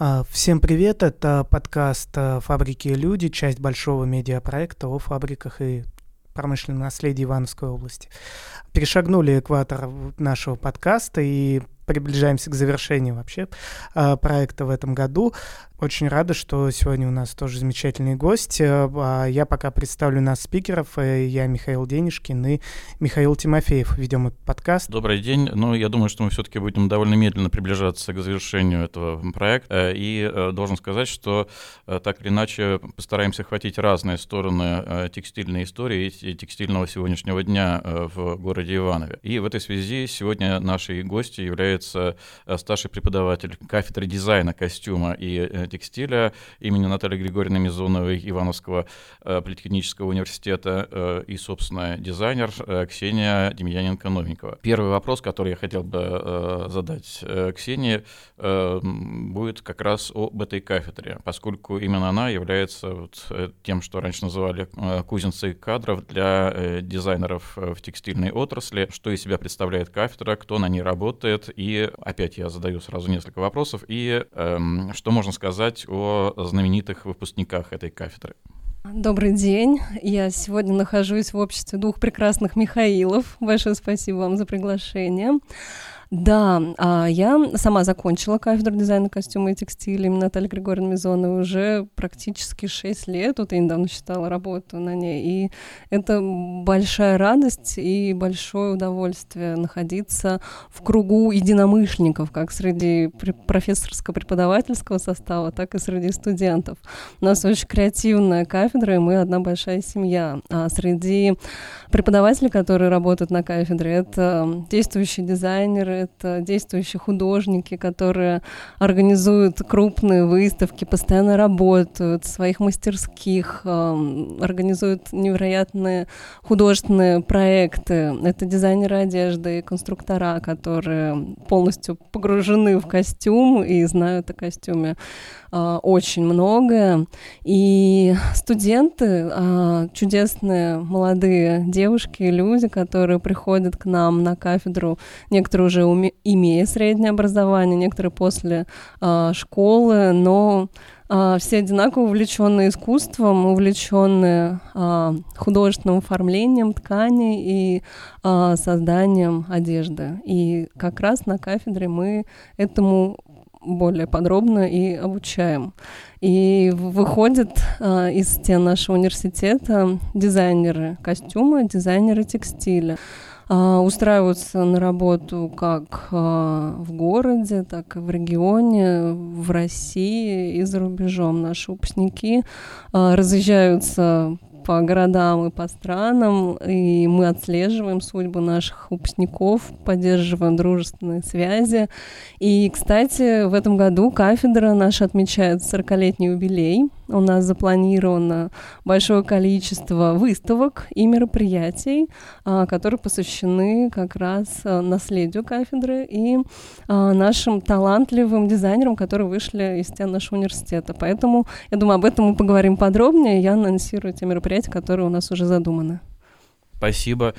Всем привет, это подкаст «Фабрики и люди», часть большого медиапроекта о фабриках и промышленном наследии Ивановской области. Перешагнули экватор нашего подкаста и приближаемся к завершению вообще проекта в этом году. Очень рада, что сегодня у нас тоже замечательный гость. Я пока представлю нас спикеров. Я Михаил Денишкин и Михаил Тимофеев. Ведем этот подкаст. Добрый день. Я думаю, что мы все-таки будем довольно медленно приближаться к завершению этого проекта. И должен сказать, что так или иначе постараемся охватить разные стороны текстильной истории и текстильного сегодняшнего дня в городе Иванове. И в этой связи сегодня нашей гостью является старший преподаватель кафедры дизайна, костюма и текстиля имени Натальи Григорьевны Мизоновой Ивановского политехнического университета и, собственно, дизайнер Ксения Демьяненко-Новенькова. Первый вопрос, который я хотел бы задать Ксении, будет как раз об этой кафедре, поскольку именно она является тем, что раньше называли кузницей кадров для дизайнеров в текстильной отрасли, что из себя представляет кафедра, кто на ней работает, и опять я задаю сразу несколько вопросов, и что можно сказать о знаменитых выпускниках этой кафедры. Добрый день. Я сегодня нахожусь в обществе двух прекрасных Михаилов. Большое спасибо вам за приглашение. Да, я сама закончила кафедру дизайна, костюма и текстиля имени Натальи Григорьевны Мизоновой уже практически 6 лет. Я недавно считала, работаю на ней. И это большая радость и большое удовольствие находиться в кругу единомышленников, как среди профессорско-преподавательского состава, так и среди студентов. У нас очень креативная кафедра, и мы одна большая семья. А среди преподавателей, которые работают на кафедре, это действующие дизайнеры, это действующие художники, которые организуют крупные выставки, постоянно работают в своих мастерских, организуют невероятные художественные проекты. Это дизайнеры одежды и конструктора, которые полностью погружены в костюм и знают о костюме очень многое. И студенты, чудесные молодые девушки и люди, которые приходят к нам на кафедру, некоторые уже имея среднее образование, некоторые после школы, но все одинаково увлеченные искусством, увлеченные художественным оформлением тканей и созданием одежды. И как раз на кафедре мы этому более подробно и обучаем. И выходят из стен нашего университета дизайнеры костюма, дизайнеры текстиля. Устраиваются на работу как в городе, так и в регионе, в России и за рубежом. Наши выпускники разъезжаются по городам и по странам, и мы отслеживаем судьбы наших выпускников, поддерживаем дружественные связи. И, кстати, в этом году кафедра наша отмечает 40-летний юбилей. У нас запланировано большое количество выставок и мероприятий, которые посвящены как раз наследию кафедры и нашим талантливым дизайнерам, которые вышли из стен нашего университета. Поэтому, я думаю, об этом мы поговорим подробнее. Я анонсирую те мероприятия, которые у нас уже задуманы. Спасибо.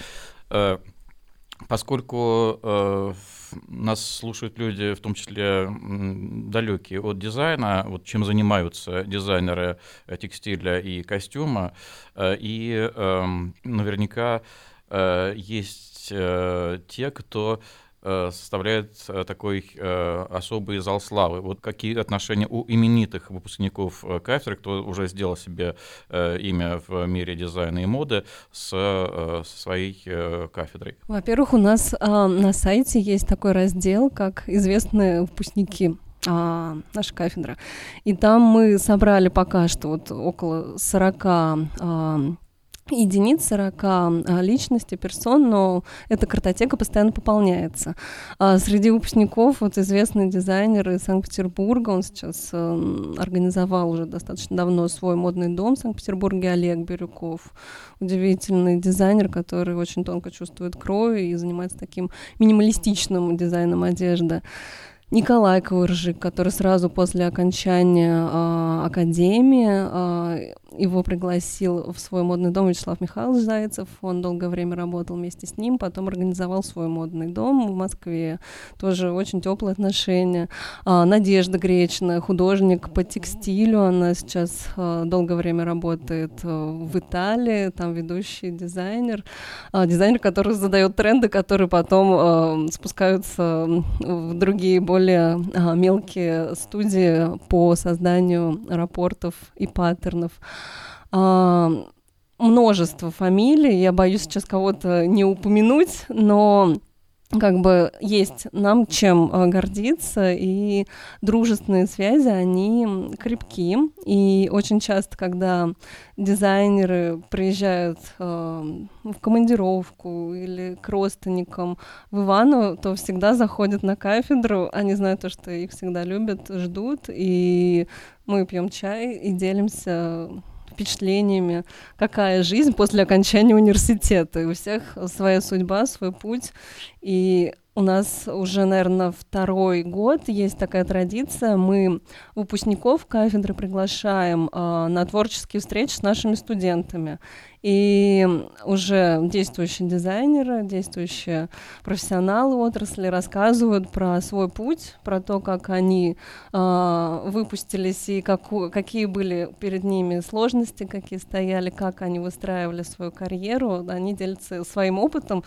Поскольку нас слушают люди, в том числе далекие от дизайна, чем занимаются дизайнеры текстиля и костюма, и наверняка есть те, кто составляет такой особый зал славы. Какие отношения у именитых выпускников кафедры, кто уже сделал себе имя в мире дизайна и моды, со своей кафедрой? Во-первых, у нас на сайте есть такой раздел, как «Известные выпускники». Наша кафедра. И там мы собрали пока что около 40 единиц, 40 личностей, персон, но эта картотека постоянно пополняется. Среди выпускников известный дизайнер из Санкт-Петербурга, он сейчас организовал уже достаточно давно свой модный дом в Санкт-Петербурге, Олег Бирюков. Удивительный дизайнер, который очень тонко чувствует крой и занимается таким минималистичным дизайном одежды. Николай Ковыржик, который сразу после окончания академии его пригласил в свой модный дом Вячеслав Михайлович Зайцев. Он долгое время работал вместе с ним, потом организовал свой модный дом в Москве. Тоже очень теплые отношения. Надежда Гречина, художник по текстилю. Она сейчас долгое время работает в Италии. Там ведущий дизайнер. Дизайнер, который задает тренды, которые потом спускаются в другие более мелкие студии по созданию рапортов и паттернов. Множество фамилий, я боюсь сейчас кого-то не упомянуть, но как бы есть нам чем гордиться, и дружественные связи, они крепки. И очень часто, когда дизайнеры приезжают в командировку или к родственникам в Иваново, то всегда заходят на кафедру, они знают то, что их всегда любят, ждут, и мы пьем чай и делимся впечатлениями, какая жизнь после окончания университета. И у всех своя судьба, свой путь. И у нас уже, наверное, 2-й год есть такая традиция. Мы выпускников кафедры приглашаем на творческие встречи с нашими студентами. И уже действующие дизайнеры, действующие профессионалы отрасли рассказывают про свой путь, про то, как они выпустились и какие были перед ними сложности, какие стояли, как они выстраивали свою карьеру. Они делятся своим опытом,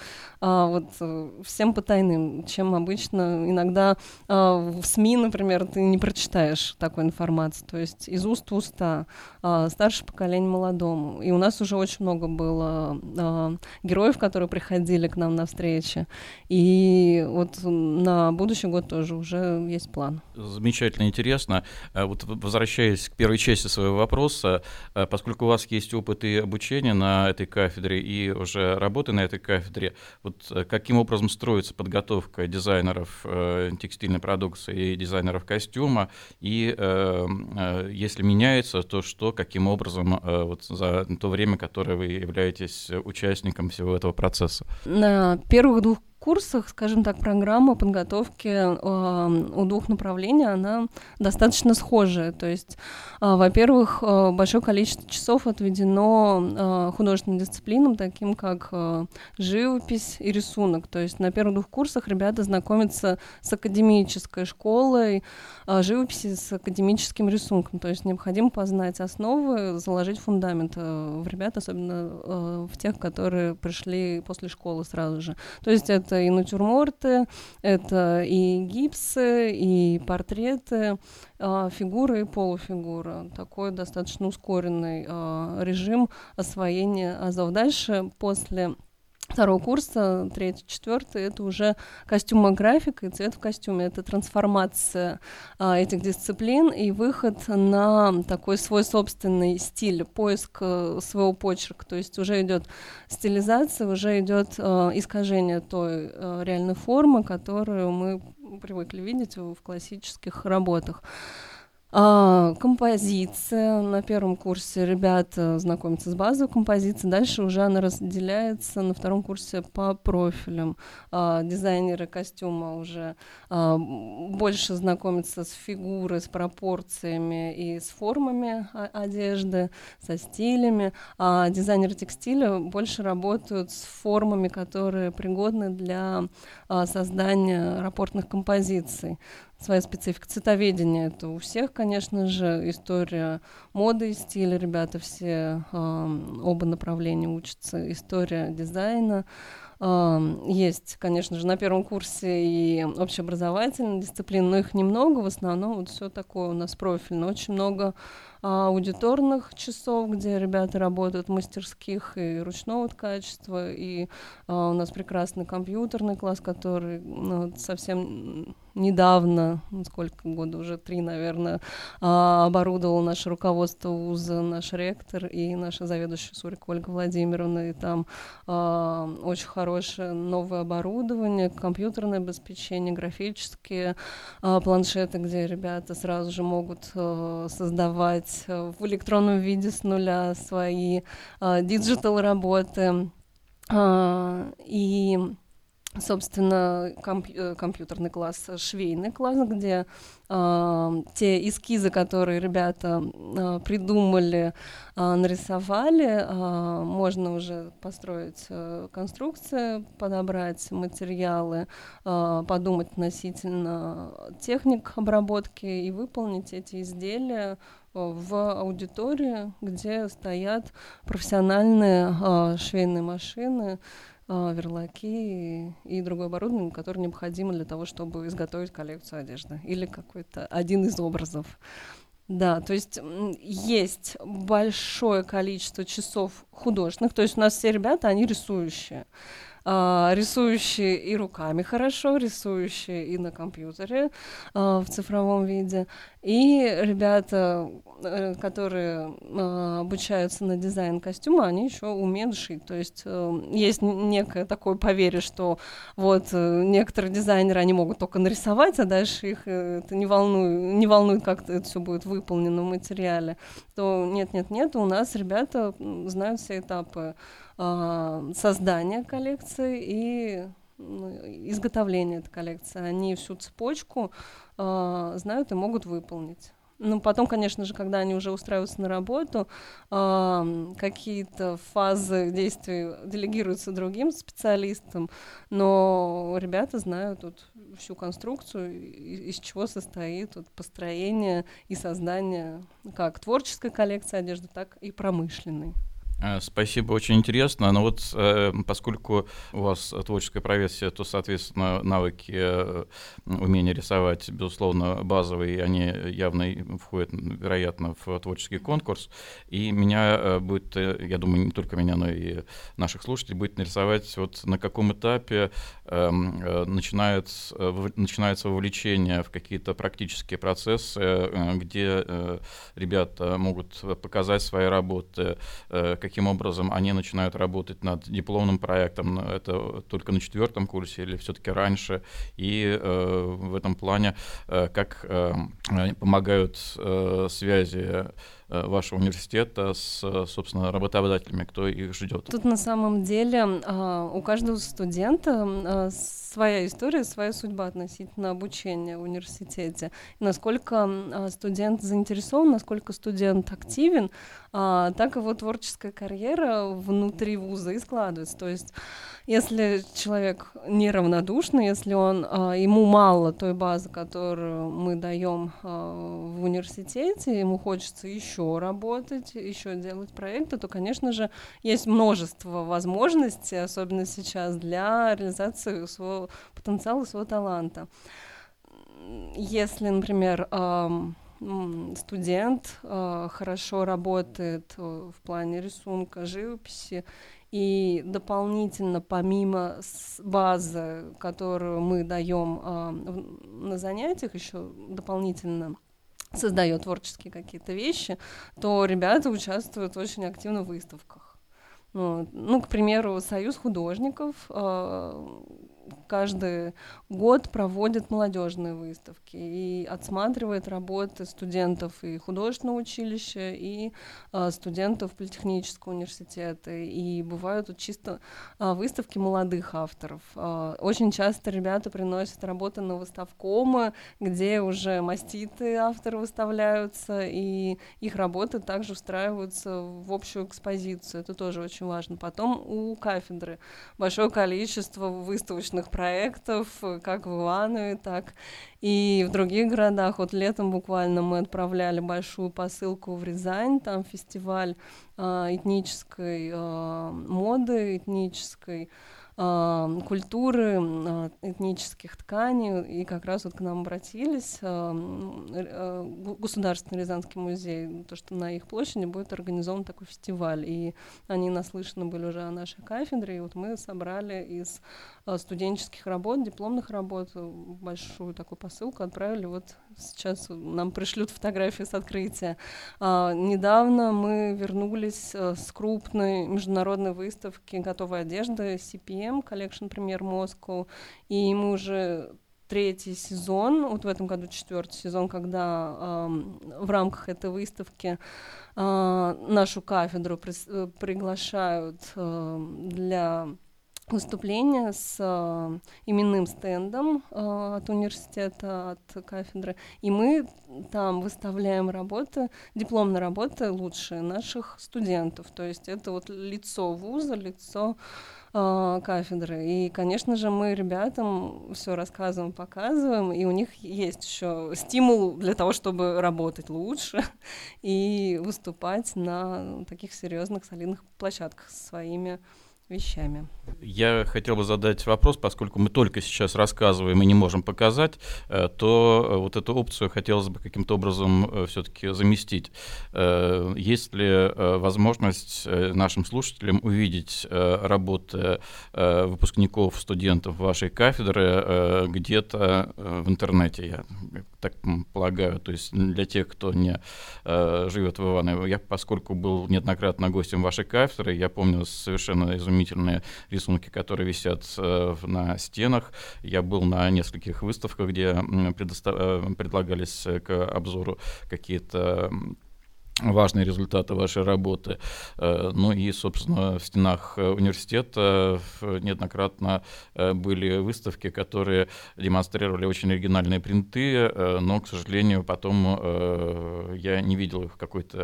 всем потайным, чем обычно иногда в СМИ, например, ты не прочитаешь такой информации. То есть из уст в уста, старшее поколение молодому. И у нас уже очень много было героев, которые приходили к нам на встречи. И вот на будущий год тоже уже есть план. Замечательно, интересно. Вот возвращаясь к первой части своего вопроса, поскольку у вас есть опыт и обучения на этой кафедре, и уже работы на этой кафедре, вот каким образом строится подготовка дизайнеров текстильной продукции и дизайнеров костюма, и если меняется, то что, каким образом вот за то время, которое вы являетесь участником всего этого процесса? На первых 2 курсах, скажем так, программа подготовки у 2 направлений, она достаточно схожая. То есть, во-первых, большое количество часов отведено художественным дисциплинам, таким как живопись и рисунок. То есть на первых 2 курсах ребята знакомятся с академической школой живописи, с академическим рисунком. То есть необходимо познать основы, заложить фундамент в ребят, особенно в тех, которые пришли после школы сразу же. То есть это и натюрморты, это и гипсы, и портреты, фигуры и полуфигуры. Такой достаточно ускоренный режим освоения азов. Дальше, после 2-го курса, 3-й, 4-й, это уже костюмографика и цвет в костюме. Это трансформация этих дисциплин и выход на такой свой собственный стиль, поиск своего почерка. То есть уже идет стилизация, уже идет искажение той реальной формы, которую мы привыкли видеть в классических работах. Композиция. На 1-м курсе ребята знакомятся с базовой композицией, дальше уже она разделяется на 2-м курсе по профилям. Дизайнеры костюма уже больше знакомятся с фигурой, с пропорциями и с формами одежды, со стилями, а дизайнеры текстиля больше работают с формами, которые пригодны для создания рапортных композиций. Своя специфика. Цветоведение — это у всех, конечно же, история моды и стиля. Ребята все оба направления учатся. История дизайна. Есть, конечно же, на 1-м курсе и общеобразовательные дисциплины, но их немного, в основном вот все такое у нас профильно. Очень много аудиторных часов, где ребята работают в мастерских и ручного качества, и у нас прекрасный компьютерный класс, который совсем недавно, сколько года, уже 3, наверное, оборудовал наше руководство вуза, наш ректор и наша заведующая Сурик Ольга Владимировна, и там очень хорошее новое оборудование, компьютерное обеспечение, графические планшеты, где ребята сразу же могут создавать в электронном виде с нуля свои диджитал работы. И собственно, компьютерный класс, швейный класс, где те эскизы, которые ребята придумали, нарисовали, можно уже построить конструкции, подобрать материалы, подумать относительно техник обработки и выполнить эти изделия в аудитории, где стоят профессиональные швейные машины, верлаки и другое оборудование, которое необходимо для того, чтобы изготовить коллекцию одежды или какой-то один из образов. Да, то есть есть большое количество часов художественных, то есть у нас все ребята, они рисующие. Рисующие и руками хорошо, рисующие и на компьютере в цифровом виде. И ребята, которые обучаются на дизайн костюма, они еще умеют шить. То есть есть некое такое поверье, что вот некоторые дизайнеры, они могут только нарисовать, а дальше их это не волнует, как это все будет выполнено в материале. То нет, у нас ребята знают все этапы создания коллекции и изготовления этой коллекции. Они всю цепочку знают и могут выполнить. Ну, потом, конечно же, когда они уже устраиваются на работу, какие-то фазы действий делегируются другим специалистам, но ребята знают вот всю конструкцию, из чего состоит вот построение и создание как творческой коллекции одежды, так и промышленной. Спасибо, очень интересно. Но вот поскольку у вас творческая профессия, то, соответственно, навыки, умения рисовать, безусловно, базовые, и они явно входят, вероятно, в творческий конкурс. И меня будет, я думаю, не только меня, но и наших слушателей будет нарисовать, вот на каком этапе начинается вовлечение в какие-то практические процессы, где ребята могут показать свои работы, каким образом они начинают работать над дипломным проектом. Это только на 4-м курсе или все-таки раньше? И в этом плане как помогают связи вашего университета с, собственно, работодателями, кто их ждет? Тут на самом деле у каждого студента своя история, своя судьба относительно обучения в университете. И насколько студент заинтересован, насколько студент активен, так его творческая карьера внутри вуза и складывается. То есть если человек неравнодушный, если ему мало той базы, которую мы даем в университете, ему хочется еще работать, еще делать проекты, то, конечно же, есть множество возможностей, особенно сейчас, для реализации своего потенциала, своего таланта. Если, например, студент хорошо работает в плане рисунка, живописи, и дополнительно, помимо базы, которую мы даем на занятиях, еще дополнительно создает творческие какие-то вещи, то ребята участвуют очень активно в выставках. Ну, к примеру, Союз художников каждый год проводит молодежные выставки и отсматривает работы студентов и художественного училища, и студентов политехнического университета. И бывают тут чисто выставки молодых авторов. Очень часто ребята приносят работы на выставкомы, где уже маститые авторы выставляются, и их работы также устраиваются в общую экспозицию. Это тоже очень важно. Потом у кафедры большое количество выставочных проектов, как в Иванове, так и в других городах. Вот летом буквально мы отправляли большую посылку в Рязань, там фестиваль этнической моды, этнической культуры, этнических тканей, и как раз вот к нам обратились Государственный Рязанский музей, то, что на их площади будет организован такой фестиваль, и они наслышаны были уже о нашей кафедре, и вот мы собрали из студенческих работ, дипломных работ большую такую посылку, отправили, вот сейчас нам пришлют фотографии с открытия. Недавно мы вернулись с крупной международной выставки готовой одежды CPM, Collection Premier Moscow, и мы уже 3-й сезон, вот в этом году 4-й сезон, когда в рамках этой выставки нашу кафедру приглашают для выступление с именным стендом от университета, от кафедры, и мы там выставляем работы, дипломные работы лучшие наших студентов, то есть это вот лицо вуза, лицо кафедры. И, конечно же, мы ребятам все рассказываем, показываем, и у них есть еще стимул для того, чтобы работать лучше и выступать на таких серьезных, солидных площадках со своими вещами. Я хотел бы задать вопрос, поскольку мы только сейчас рассказываем и не можем показать, то вот эту опцию хотелось бы каким-то образом все-таки заместить. Есть ли возможность нашим слушателям увидеть работы выпускников, студентов вашей кафедры где-то в интернете, я так полагаю, то есть для тех, кто не живет в Иваново. Я, поскольку был неоднократно гостем вашей кафедры, я помню совершенно изумительные рисунки, которые висят на стенах. Я был на нескольких выставках, где предлагались к обзору какие-то важные результаты вашей работы. Ну и, собственно, в стенах университета неоднократно были выставки, которые демонстрировали очень оригинальные принты, но, к сожалению, потом я не видел их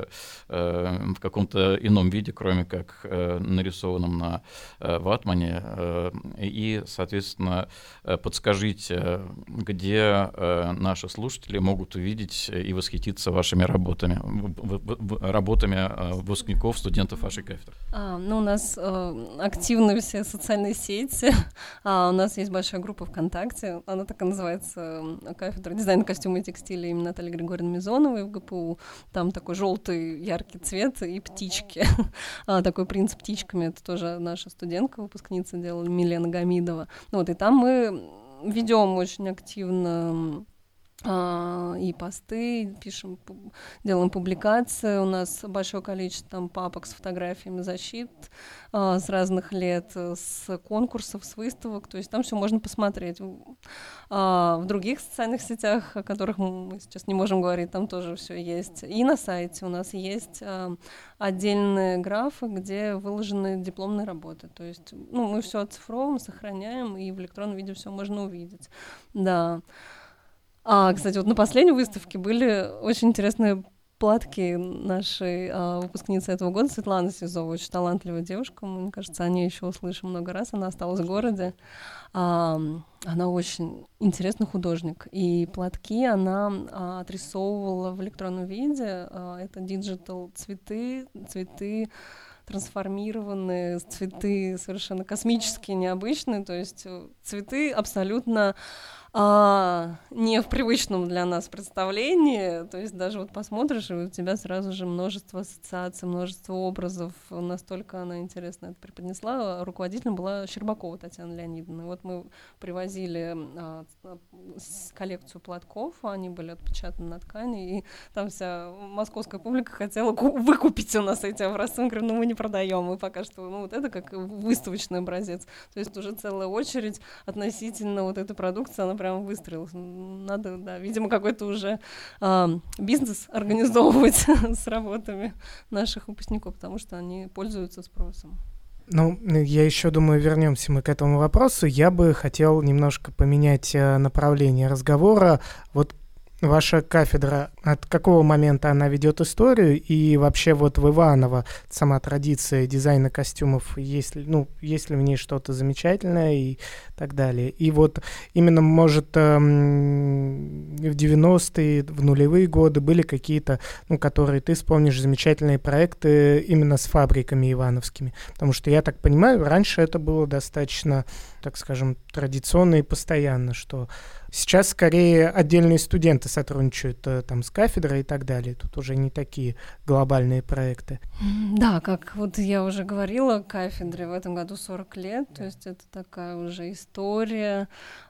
в каком-то ином виде, кроме как нарисованном на ватмане. И, соответственно, подскажите, где наши слушатели могут увидеть и восхититься вашими работами выпускников, студентов вашей кафедры? У нас активны все социальные сети. У нас есть большая группа ВКонтакте. Она так и называется «Кафедра дизайна, костюма и текстиля» имени Натальи Григорьевны Мизоновой в ГПУ. Там такой желтый яркий цвет и птички. Такой принт с птичками. Это тоже наша студентка, выпускница делала, Милена Гамидова. Вот, и там мы ведем очень активно и посты, пишем, делаем публикации. У нас большое количество там папок с фотографиями защит с разных лет, с конкурсов, с выставок. То есть там все можно посмотреть. В других социальных сетях, о которых мы сейчас не можем говорить, там тоже все есть. И на сайте у нас есть отдельные графы, где выложены дипломные работы. То есть мы все оцифровываем, сохраняем, и в электронном виде все можно увидеть. Да. Кстати, вот на последней выставке были очень интересные платки нашей выпускницы этого года, Светланы Сизовой, очень талантливая девушка, мне кажется, о ней еще услышим много раз, она осталась в городе. Она очень интересный художник, и платки она отрисовывала в электронном виде, это диджитал цветы трансформированные, цветы совершенно космические, необычные, то есть цветы абсолютно не в привычном для нас представлении, то есть даже вот посмотришь, и у тебя сразу же множество ассоциаций, множество образов, настолько она интересно это преподнесла. Руководителем была Щербакова Татьяна Леонидовна. Вот мы привозили коллекцию платков, они были отпечатаны на ткани, и там вся московская публика хотела выкупить у нас эти образцы. Мы говорим, мы не продаем, мы пока что, вот это как выставочный образец. То есть уже целая очередь относительно вот этой продукции, она прям выстрелилась. Надо, да, видимо, какой-то уже бизнес организовывать с работами наших выпускников, потому что они пользуются спросом. Я еще думаю, вернемся мы к этому вопросу. Я бы хотел немножко поменять направление разговора. Вот ваша кафедра, от какого момента она ведет историю, и вообще вот в Иваново сама традиция дизайна костюмов, есть ли в ней что-то замечательное и так далее. И вот именно, может, в 90-е, в нулевые годы были какие-то, которые ты вспомнишь, замечательные проекты именно с фабриками ивановскими. Потому что, я так понимаю, раньше это было достаточно, так скажем, традиционно и постоянно, что сейчас скорее отдельные студенты сотрудничают там с кафедрой и так далее. Тут уже не такие глобальные проекты. Да, как вот я уже говорила, кафедре в этом году 40 лет, то есть это такая уже история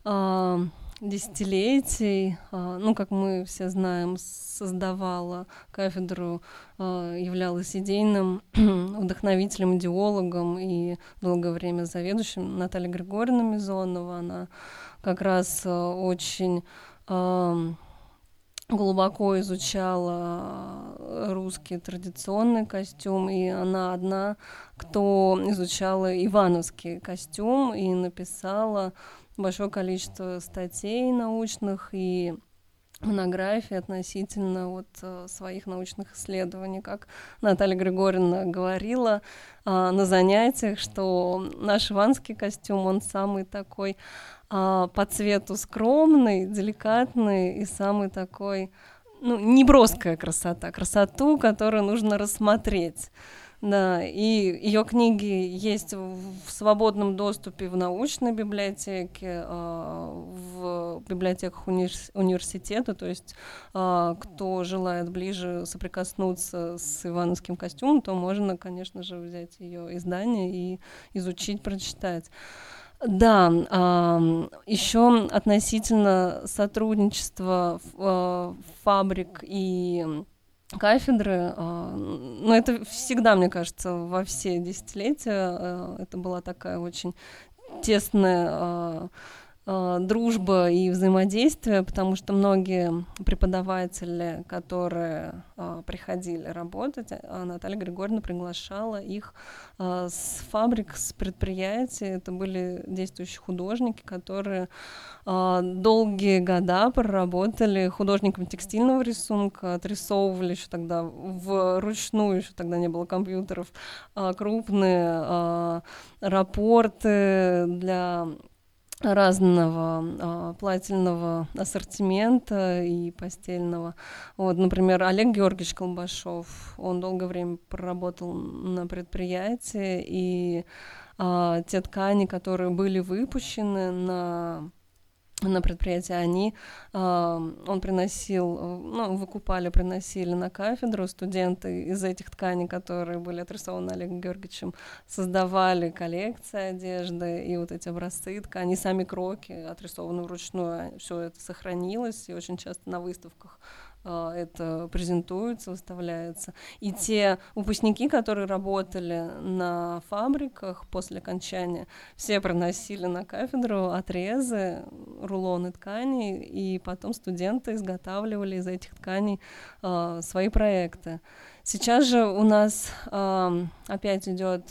десятилетий. Как мы все знаем, создавала кафедру, являлась идейным вдохновителем, идеологом и долгое время заведующим Наталья Григорьевна Мизонова. Она как раз очень глубоко изучала русский традиционный костюм, и она одна, кто изучала ивановский костюм и написала большое количество статей научных и монографий относительно своих научных исследований. Как Наталья Григорьевна говорила на занятиях, что наш ивановский костюм, он самый такой по цвету скромный, деликатный и самый такой, неброская красота, красоту, которую нужно рассмотреть. Да, и ее книги есть в свободном доступе в научной библиотеке, в библиотеках университета, то есть кто желает ближе соприкоснуться с ивановским костюмом, то можно, конечно же, взять ее издание и изучить, прочитать. Да, еще относительно сотрудничества фабрик и кафедры, это всегда, мне кажется, во все десятилетия это была такая очень тесная дружба и взаимодействие, потому что многие преподаватели, которые приходили работать, Наталья Григорьевна приглашала их с фабрик, с предприятий. Это были действующие художники, которые долгие года проработали художником текстильного рисунка, отрисовывали еще тогда вручную, еще тогда не было компьютеров, крупные рапорты для разного плательного ассортимента и постельного. Например, Олег Георгиевич Колбашов, он долгое время проработал на предприятии, и те ткани, которые были выпущены на предприятии, он приносил, выкупали, приносили на кафедру. Студенты из этих тканей, которые были отрисованы Олегом Георгиевичем, создавали коллекции одежды, и эти образцы тканей, сами кроки, отрисованы вручную, все это сохранилось, и очень часто на выставках это презентуется, выставляется. И те выпускники, которые работали на фабриках после окончания, все приносили на кафедру отрезы, рулоны тканей, и потом студенты изготавливали из этих тканей свои проекты. Сейчас же у нас опять идет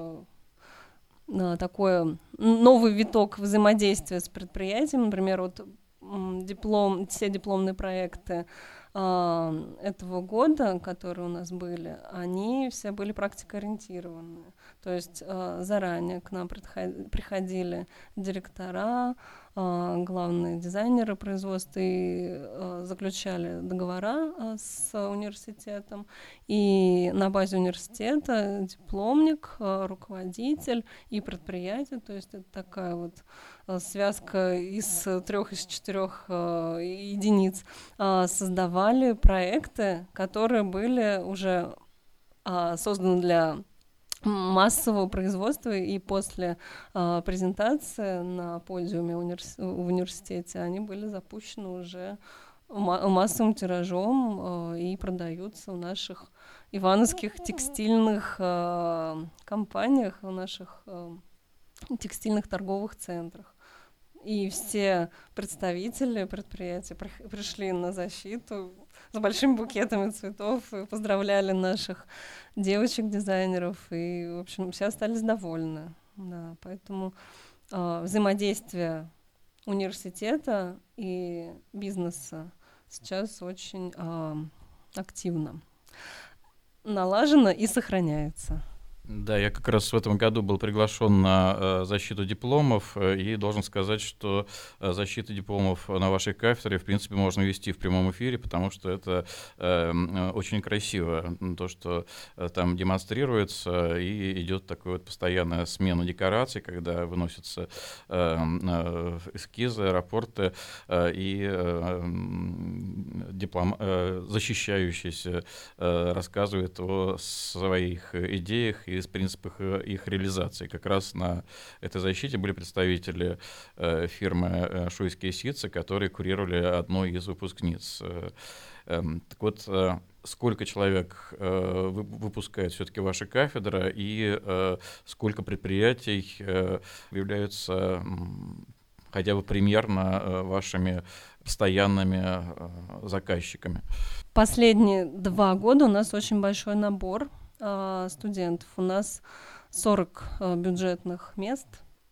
такой новый виток взаимодействия с предприятием. Например, все дипломные проекты этого года, которые у нас были, они все были практикоориентированы. То есть заранее к нам приходили директора, главные дизайнеры производства и заключали договора с университетом. И на базе университета дипломник, руководитель и предприятие. То есть это такая связка из 3-4 единиц создавали проекты, которые были уже созданы для массового производства, и после презентации на подиуме в университете они были запущены уже массовым тиражом и продаются в наших ивановских текстильных компаниях, в наших текстильных торговых центрах. И все представители предприятия пришли на защиту с большими букетами цветов и поздравляли наших девочек-дизайнеров, и, в общем, все остались довольны. Да, поэтому взаимодействие университета и бизнеса сейчас очень активно налажено и сохраняется. Да, я как раз в этом году был приглашен на защиту дипломов, и должен сказать, что защиту дипломов на вашей кафедре, в принципе, можно вести в прямом эфире, потому что это очень красиво, то, что там демонстрируется, и идет такая постоянная смена декораций, когда выносятся эскизы, рапорты, и защищающийся рассказывает о своих идеях и принципах их реализации. Как раз на этой защите были представители фирмы «Шуйские ситцы», которые курировали одну из выпускниц. Так вот, сколько человек выпускает все-таки ваша кафедра, и сколько предприятий являются хотя бы примерно вашими постоянными заказчиками? Последние 2 года у нас очень большой набор студентов. У нас 40 бюджетных мест.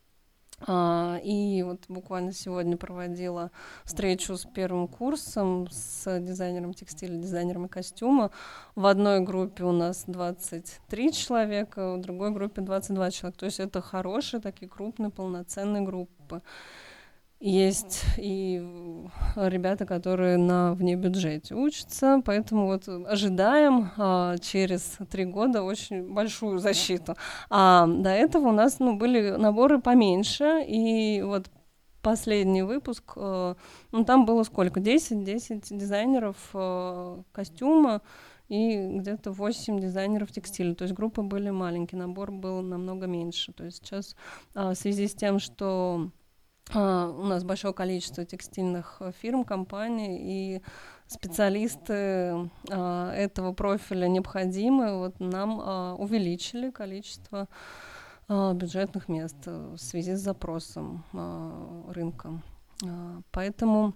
И вот буквально сегодня проводила встречу с первым курсом, с дизайнером текстиля, дизайнером костюма. В одной группе у нас 23 человека, в другой группе 22 человека. То есть это хорошие, такие крупные, полноценные группы. Есть и ребята, которые на внебюджете учатся, поэтому вот ожидаем через 3 года очень большую защиту. А до этого у нас были наборы поменьше, и вот последний выпуск, там было сколько? 10 дизайнеров костюма и где-то 8 дизайнеров текстиля. То есть группы были маленькие, набор был намного меньше. То есть сейчас в связи с тем, что у нас большое количество текстильных фирм, компаний, и специалисты этого профиля необходимы. Вот нам увеличили количество бюджетных мест в связи с запросом рынка. Поэтому,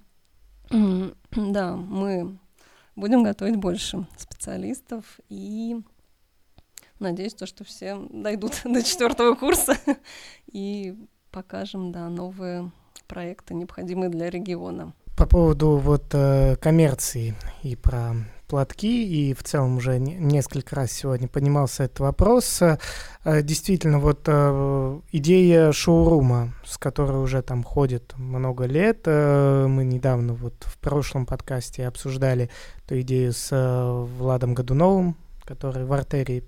да, мы будем готовить больше специалистов, и надеюсь, что все дойдут до 4-го курса и покажем, да, новые проекты, необходимые для региона. По поводу вот коммерции и про платки, и в целом уже несколько раз сегодня поднимался этот вопрос. Действительно, вот идея шоурума, с которой уже там ходит много лет, мы недавно вот в прошлом подкасте обсуждали эту идею с Владом Годуновым, который в Артерии,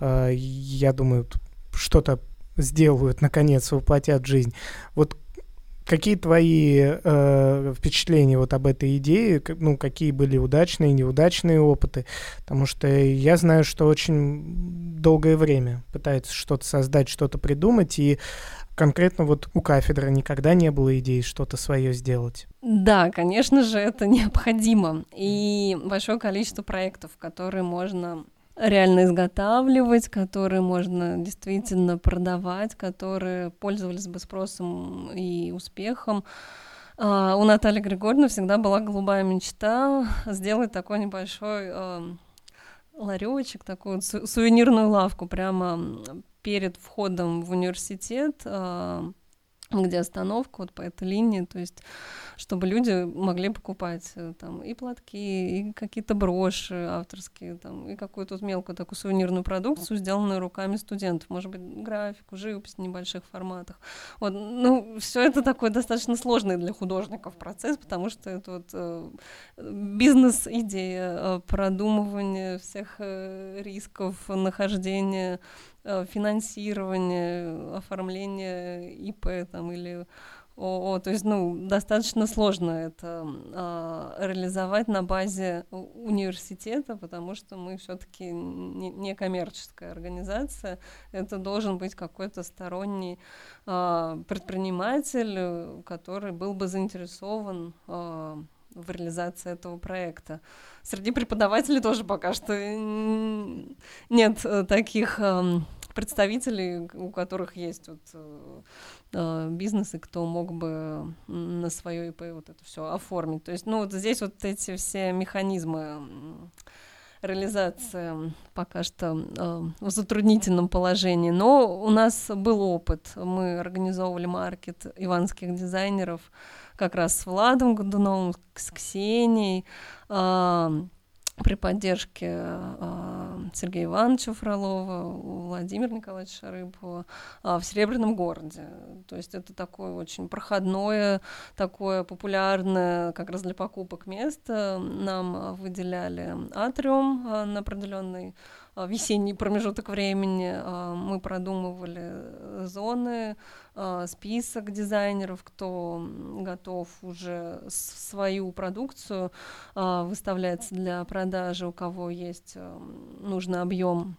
я думаю, что-то сделают, наконец, воплотят в жизнь. Вот какие твои впечатления вот об этой идее? Какие были удачные, неудачные опыты? Потому что я знаю, что очень долгое время пытаются что-то создать, что-то придумать, и конкретно вот у кафедры никогда не было идеи что-то свое сделать. Да, конечно же, это необходимо. И большое количество проектов, которые можно реально изготавливать, которые можно действительно продавать, которые пользовались бы спросом и успехом. У Натальи Григорьевны всегда была голубая мечта сделать такой небольшой ларечек, такую сувенирную лавку прямо перед входом в университет, где остановка вот по этой линии, то есть чтобы люди могли покупать там и платки, и какие-то броши авторские, там, и какую-то вот мелкую такую сувенирную продукцию, сделанную руками студентов, может быть, графику, живопись в небольших форматах. Вот, все это такой достаточно сложный для художников процесс, потому что это вот бизнес-идея, продумывание всех рисков, нахождение, финансирование, оформление ИП там, или ООО. То есть, достаточно сложно это реализовать на базе университета, потому что мы все-таки не коммерческая организация. Это должен быть какой-то сторонний предприниматель, который был бы заинтересован в реализации этого проекта. Среди преподавателей тоже пока что нет таких представителей, у которых есть вот бизнесы, кто мог бы на свое ИП вот это все оформить. То есть, вот здесь вот эти все механизмы реализации пока что в затруднительном положении. Но у нас был опыт. Мы организовывали маркет иванских дизайнеров как раз с Владом Годуновым, с Ксенией, при поддержке Сергея Ивановича Фролова, Владимира Николаевича Шарыпова в Серебряном городе. То есть это такое очень проходное, такое популярное как раз для покупок место. Нам выделяли атриум на определенный весенний промежуток времени. Мы продумывали зоны, список дизайнеров, кто готов уже свою продукцию выставлять для продажи, у кого есть нужный объем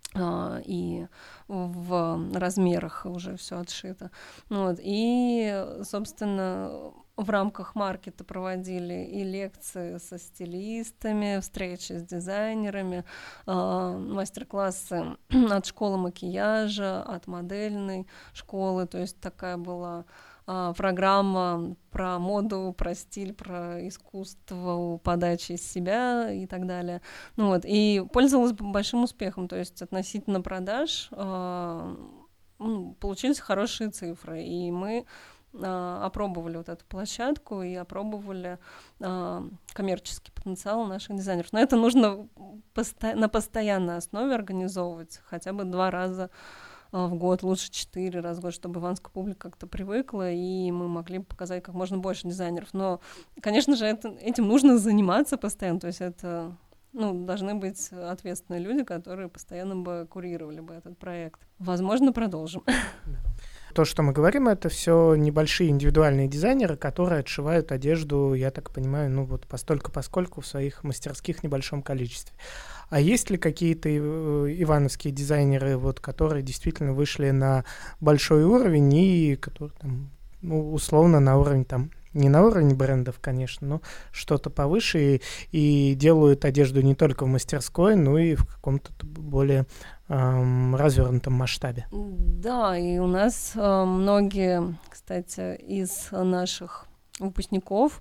и в размерах уже все отшито. Вот. И, собственно, в рамках маркета проводили и лекции со стилистами, встречи с дизайнерами, мастер-классы от школы макияжа, от модельной школы. То есть такая была программа про моду, про стиль, про искусство, подачи из себя и так далее. Ну, вот, и пользовалась большим успехом, то есть относительно продаж получились хорошие цифры, и мы опробовали вот эту площадку и опробовали коммерческий потенциал наших дизайнеров. Но это нужно на постоянной основе организовывать хотя бы 2 раза в год, лучше 4 раза в год, чтобы ивановская публика как-то привыкла, и мы могли показать как можно больше дизайнеров. Но, конечно же, этим нужно заниматься постоянно, то есть это должны быть ответственные люди, которые постоянно бы курировали бы этот проект. Возможно, продолжим. То, что мы говорим, это все небольшие индивидуальные дизайнеры, которые отшивают одежду, я так понимаю, постольку-поскольку в своих мастерских в небольшом количестве. А есть ли какие-то ивановские дизайнеры, которые действительно вышли на большой уровень и которые условно на уровень не на уровне брендов, конечно, но что-то повыше и делают одежду не только в мастерской, но и в каком-то более развернутом масштабе. Да, и у нас многие, кстати, из наших выпускников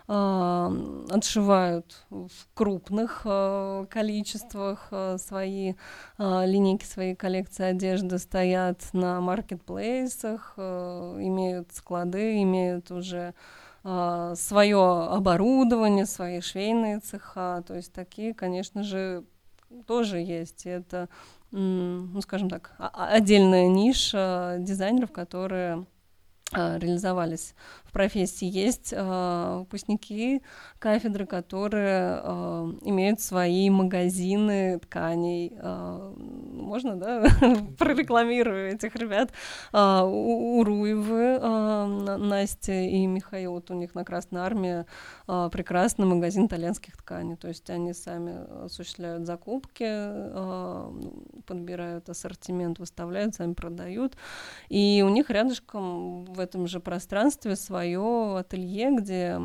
отшивают в крупных количествах свои линейки, свои коллекции одежды, стоят на маркетплейсах, имеют склады, имеют уже свое оборудование, свои швейные цеха. То есть такие, конечно же, тоже есть. Это, скажем так, отдельная ниша дизайнеров, которые реализовались в профессии. Есть выпускники кафедры, которые имеют свои магазины тканей. Можно, да, прорекламирую этих ребят. У Руевы, Настя и Михаил, вот у них на Красной Армии прекрасный магазин итальянских тканей. То есть они сами осуществляют закупки, подбирают ассортимент, выставляют, сами продают. И у них рядышком в этом же пространстве свое ателье, где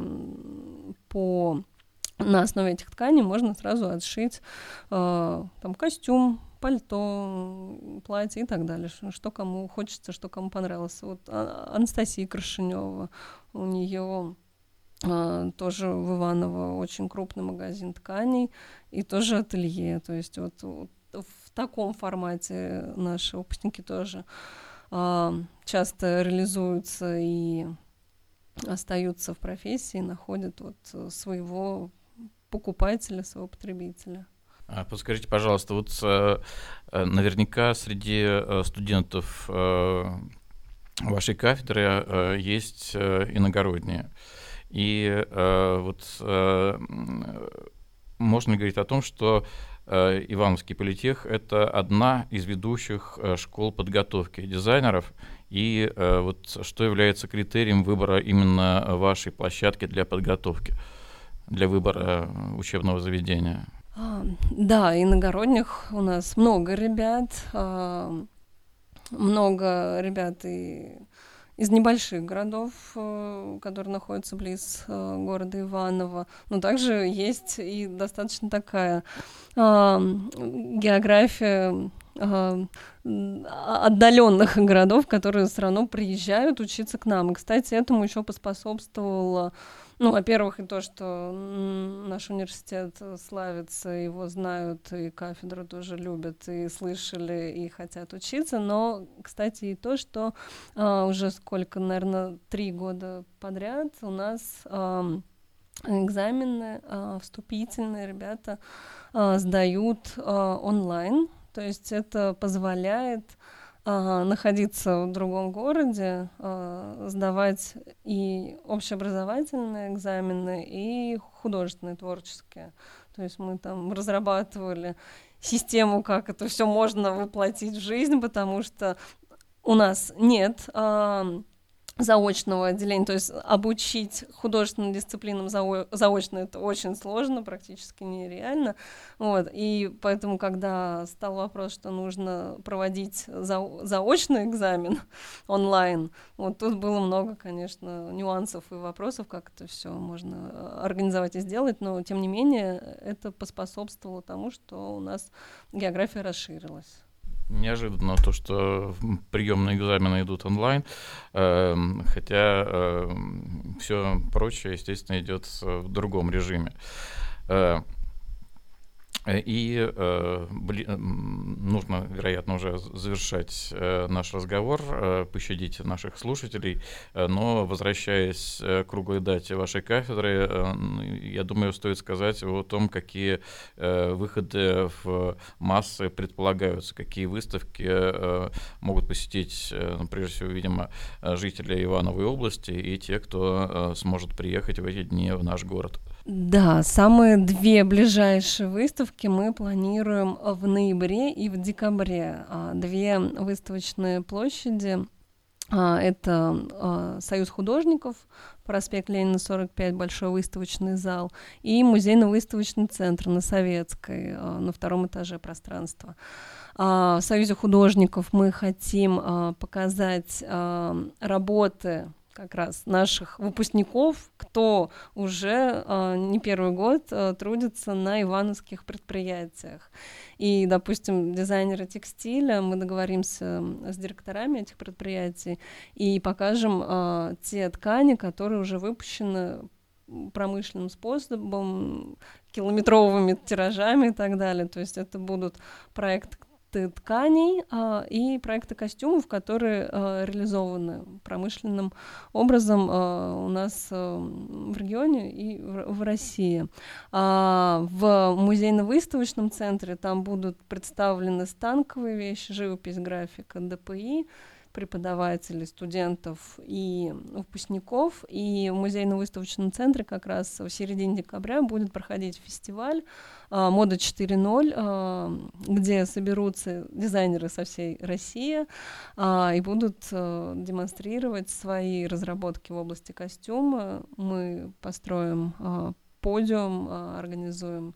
на основе этих тканей можно сразу отшить костюм, пальто, платье и так далее. Что кому хочется, что кому понравилось. Вот Анастасия Крашенева, у нее тоже в Иваново очень крупный магазин тканей и тоже ателье. То есть вот в таком формате наши выпускники тоже часто реализуются и остаются в профессии, находят своего покупателя, своего потребителя. Подскажите, пожалуйста, наверняка среди студентов вашей кафедры есть иногородние. И можно ли говорить о том, что Ивановский политех — это одна из ведущих школ подготовки дизайнеров, и что является критерием выбора именно вашей площадки для подготовки, для выбора учебного заведения? Да, иногородних у нас много ребят из небольших городов, которые находятся близ города Иваново. Но также есть и достаточно такая география отдаленных городов, которые все равно приезжают учиться к нам. И, кстати, этому еще поспособствовало, во-первых, и то, что наш университет славится, его знают, и кафедру тоже любят, и слышали, и хотят учиться. Но, кстати, и то, что уже наверное, 3 года подряд у нас экзамены вступительные ребята сдают онлайн. То есть это позволяет находиться в другом городе, сдавать и общеобразовательные экзамены, и художественные, творческие. То есть мы там разрабатывали систему, как это все можно воплотить в жизнь, потому что у нас нет заочного отделения, то есть обучить художественным дисциплинам заочно это очень сложно, практически нереально. И поэтому, когда стал вопрос, что нужно проводить заочный экзамен онлайн, тут было много, конечно, нюансов и вопросов, как это все можно организовать и сделать, но, тем не менее, это поспособствовало тому, что у нас география расширилась. Неожиданно то, что приемные экзамены идут онлайн, хотя все прочее, естественно, идет в другом режиме. И нужно, вероятно, уже завершать наш разговор, пощадить наших слушателей, но, возвращаясь к круглой дате вашей кафедры, я думаю, стоит сказать о том, какие выходы в массы предполагаются, какие выставки могут посетить, прежде всего, видимо, жители Ивановой области и те, кто сможет приехать в эти дни в наш город. Да, самые две ближайшие выставки мы планируем в ноябре и в декабре. Две выставочные площади. Это Союз художников, проспект Ленина, 45, большой выставочный зал, и музейно-выставочный центр на Советской, на втором этаже пространства. В Союзе художников мы хотим показать работы как раз наших выпускников, кто уже не первый год трудится на ивановских предприятиях. И, допустим, дизайнеры текстиля, мы договоримся с директорами этих предприятий и покажем те ткани, которые уже выпущены промышленным способом, километровыми тиражами и так далее. То есть это будут проекты тканей и проекты костюмов, которые реализованы промышленным образом у нас в регионе и в России. В музейно-выставочном центре там будут представлены станковые вещи, живопись, графика, ДПИ, преподавателей, студентов и выпускников. И в музейно-выставочном центре как раз в середине декабря будет проходить фестиваль «Мода 4.0», где соберутся дизайнеры со всей России и будут демонстрировать свои разработки в области костюма. Мы построим подиум, организуем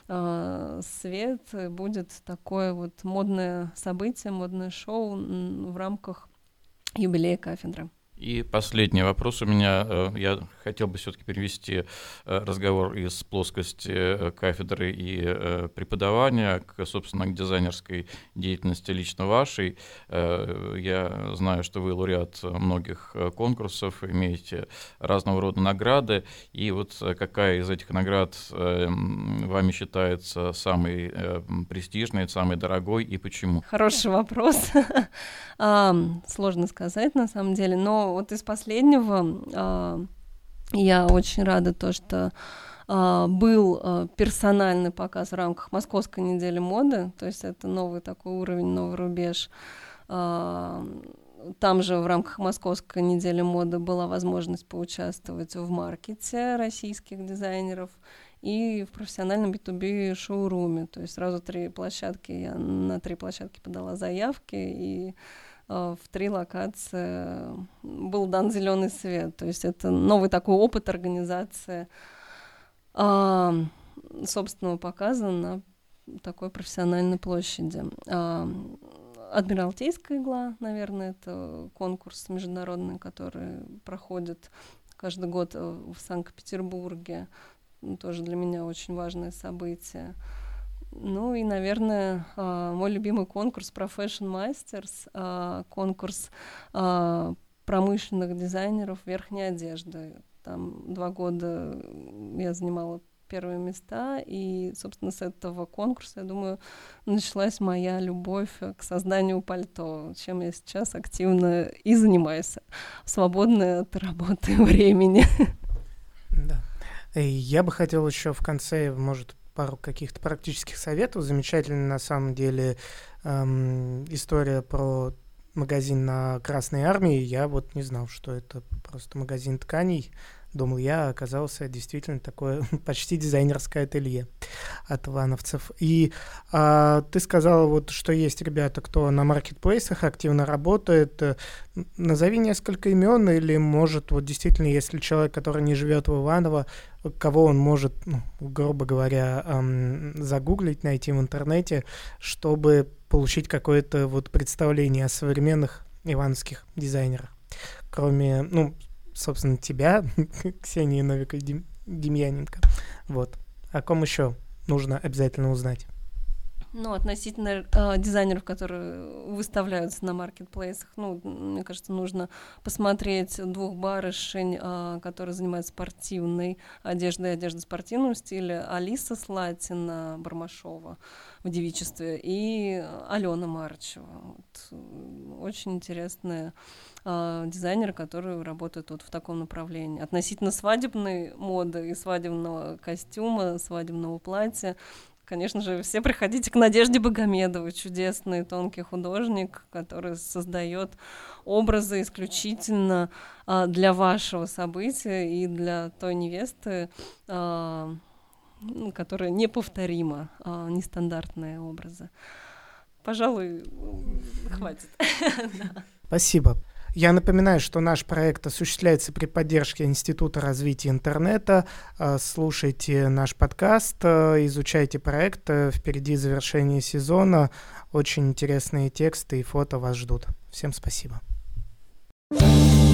свет, будет такое вот модное событие, модное шоу в рамках юбилея кафедры. И последний вопрос у меня. Я хотел бы все-таки перевести разговор из плоскости кафедры и преподавания собственно, к дизайнерской деятельности лично вашей. Я знаю, что вы лауреат многих конкурсов, имеете разного рода награды. И вот какая из этих наград вами считается самой престижной, самой дорогой и почему? Хороший вопрос. Сложно сказать на самом деле, но вот из последнего я очень рада то, что был персональный показ в рамках Московской недели моды, то есть это новый такой уровень, новый рубеж. Там же в рамках Московской недели моды была возможность поучаствовать в маркете российских дизайнеров и в профессиональном B2B шоуруме. То есть сразу 3 площадки, я на 3 площадки подала заявки, и в 3 локации был дан зеленый свет. То есть это новый такой опыт организации собственного показа на такой профессиональной площади. Адмиралтейская игла, наверное, это конкурс международный, который проходит каждый год в Санкт-Петербурге. Тоже для меня очень важное событие. Ну и, наверное, мой любимый конкурс Profession Masters, конкурс промышленных дизайнеров верхней одежды. Там 2 года я занимала первые места, и, собственно, с этого конкурса, я думаю, началась моя любовь к созданию пальто, чем я сейчас активно и занимаюсь в свободное от работы времени. Да. Я бы хотел еще в конце, может, пару каких-то практических советов. Замечательная на самом деле история про магазин на Красной Армии. Я вот не знал, что это просто магазин тканей. Думал я, оказался действительно такое почти дизайнерское ателье от ивановцев. И ты сказала, вот, что есть ребята, кто на маркетплейсах активно работает. Назови несколько имен, или, может, вот действительно, если человек, который не живет в Иваново, кого он может, грубо говоря, загуглить, найти в интернете, чтобы получить какое-то вот представление о современных ивановских дизайнерах. Кроме, собственно, тебя, Ксении Новиковой-Демьяненко. Вот. О ком еще нужно обязательно узнать? Ну, относительно дизайнеров, которые выставляются на маркетплейсах, ну, мне кажется, нужно посмотреть двух барышень, которые занимаются спортивной одеждой в спортивном стиле. Алиса Слатина Бармашова в девичестве и Алена Марчева. Вот. Очень интересные дизайнеры, которые работают вот в таком направлении. Относительно свадебной моды и свадебного костюма, свадебного платья, конечно же, все приходите к Надежде Богомедовой, чудесный тонкий художник, который создает образы исключительно для вашего события и для той невесты, которая неповторима, нестандартные образы. Пожалуй, хватит. Спасибо. Я напоминаю, что наш проект осуществляется при поддержке Института развития интернета. Слушайте наш подкаст, изучайте проект. Впереди завершение сезона. Очень интересные тексты и фото вас ждут. Всем спасибо.